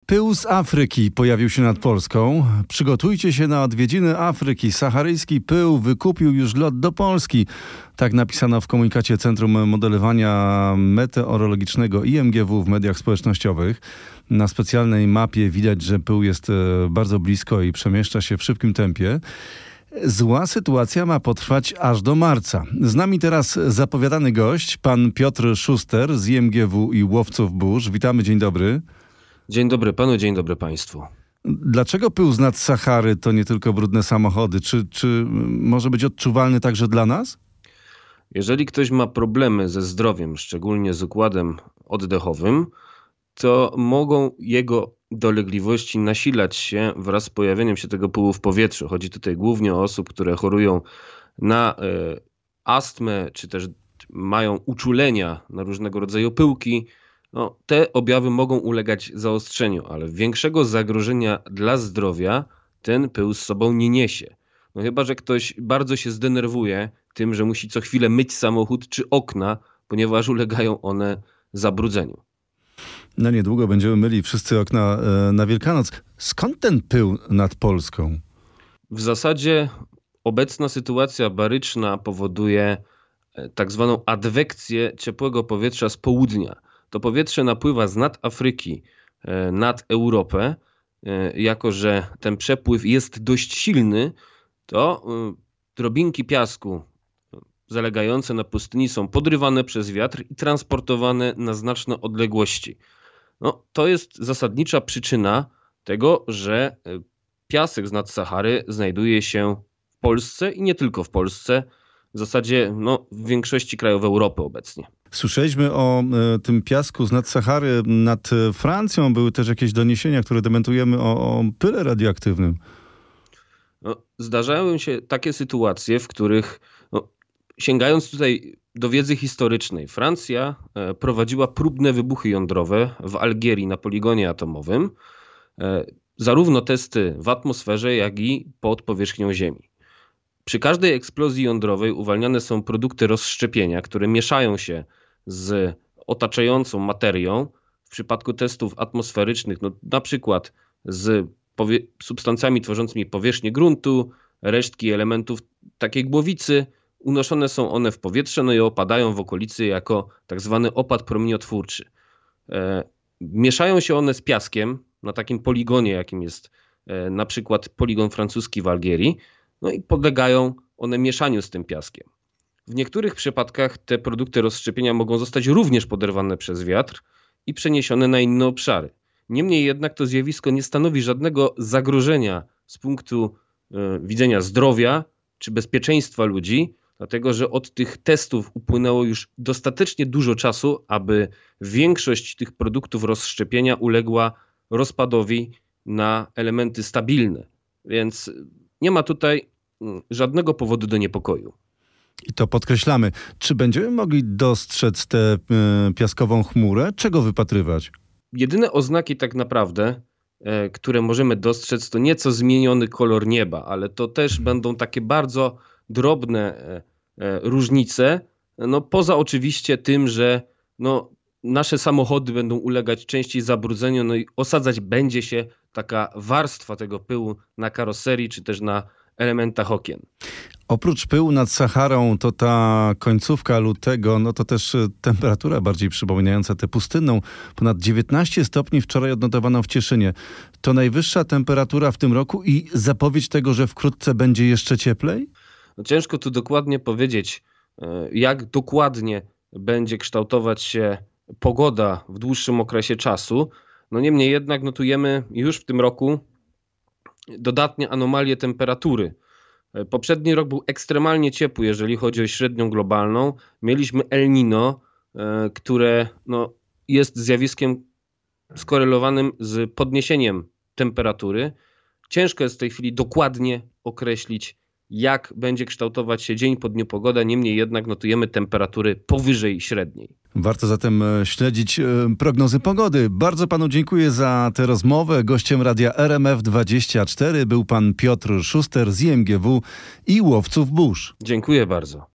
Pył z Afryki pojawił się nad Polską. Przygotujcie się na odwiedziny Afryki. Saharyjski pył wykupił już lot do Polski. Tak napisano w komunikacie Centrum Modelowania Meteorologicznego IMGW w mediach społecznościowych. Na specjalnej mapie widać, że pył jest bardzo blisko i przemieszcza się w szybkim tempie. Zła sytuacja ma potrwać aż do marca. Z nami teraz zapowiadany gość, pan Piotr Szuster z IMGW i Łowców Burz. Witamy, dzień dobry. Dzień dobry panu, dzień dobry państwu. Dlaczego pył z nad Sahary to nie tylko brudne samochody? Czy może być odczuwalny także dla nas? Jeżeli ktoś ma problemy ze zdrowiem, szczególnie z układem oddechowym, to mogą jego dolegliwości nasilać się wraz z pojawieniem się tego pyłu w powietrzu. Chodzi tutaj głównie o osób, które chorują na astmę, czy też mają uczulenia na różnego rodzaju pyłki. Te objawy mogą ulegać zaostrzeniu, ale większego zagrożenia dla zdrowia ten pył z sobą nie niesie. Chyba że ktoś bardzo się zdenerwuje tym, że musi co chwilę myć samochód czy okna, ponieważ ulegają one zabrudzeniu. Niedługo będziemy myli wszyscy okna na Wielkanoc. Skąd ten pył nad Polską? W zasadzie obecna sytuacja baryczna powoduje tak zwaną adwekcję ciepłego powietrza z południa. To powietrze napływa z nad Afryki nad Europę. Jako że ten przepływ jest dość silny, to drobinki piasku zalegające na pustyni są podrywane przez wiatr i transportowane na znaczne odległości. To jest zasadnicza przyczyna tego, że piasek z nad Sahary znajduje się w Polsce i nie tylko w Polsce, w zasadzie w większości krajów Europy obecnie. Słyszeliśmy o tym piasku z nad Sahary nad Francją. Były też jakieś doniesienia, które dementujemy o pyle radioaktywnym. Zdarzają się takie sytuacje, w których sięgając tutaj do wiedzy historycznej, Francja prowadziła próbne wybuchy jądrowe w Algierii na poligonie atomowym. Zarówno testy w atmosferze, jak i pod powierzchnią Ziemi. Przy każdej eksplozji jądrowej uwalniane są produkty rozszczepienia, które mieszają się z otaczającą materią. W przypadku testów atmosferycznych, na przykład z substancjami tworzącymi powierzchnię gruntu, resztki elementów takiej głowicy, unoszone są one w powietrze i opadają w okolicy jako tak zwany opad promieniotwórczy. Mieszają się one z piaskiem na takim poligonie, jakim jest na przykład poligon francuski w Algierii, i podlegają one mieszaniu z tym piaskiem. W niektórych przypadkach te produkty rozszczepienia mogą zostać również poderwane przez wiatr i przeniesione na inne obszary. Niemniej jednak to zjawisko nie stanowi żadnego zagrożenia z punktu widzenia zdrowia czy bezpieczeństwa ludzi, dlatego że od tych testów upłynęło już dostatecznie dużo czasu, aby większość tych produktów rozszczepienia uległa rozpadowi na elementy stabilne. Więc nie ma tutaj żadnego powodu do niepokoju. I to podkreślamy. Czy będziemy mogli dostrzec tę piaskową chmurę? Czego wypatrywać? Jedyne oznaki tak naprawdę, które możemy dostrzec, to nieco zmieniony kolor nieba, ale to też będą takie bardzo drobne różnice, poza oczywiście tym, że nasze samochody będą ulegać częściej zabrudzeniu, i osadzać będzie się taka warstwa tego pyłu na karoserii, czy też na elementach okien. Oprócz pyłu nad Saharą, to ta końcówka lutego, to też temperatura bardziej przypominająca tę pustynną. Ponad 19 stopni wczoraj odnotowano w Cieszynie. To najwyższa temperatura w tym roku i zapowiedź tego, że wkrótce będzie jeszcze cieplej? Ciężko tu dokładnie powiedzieć, jak dokładnie będzie kształtować się pogoda w dłuższym okresie czasu. Niemniej jednak notujemy już w tym roku dodatnie anomalie temperatury. Poprzedni rok był ekstremalnie ciepły, jeżeli chodzi o średnią globalną. Mieliśmy El Nino, które jest zjawiskiem skorelowanym z podniesieniem temperatury. Ciężko jest w tej chwili dokładnie określić, jak będzie kształtować się dzień po dniu pogoda, niemniej jednak notujemy temperatury powyżej średniej. Warto zatem śledzić prognozy pogody. Bardzo panu dziękuję za tę rozmowę. Gościem radia RMF24 był pan Piotr Szuster z IMGW i Łowców Burz. Dziękuję bardzo.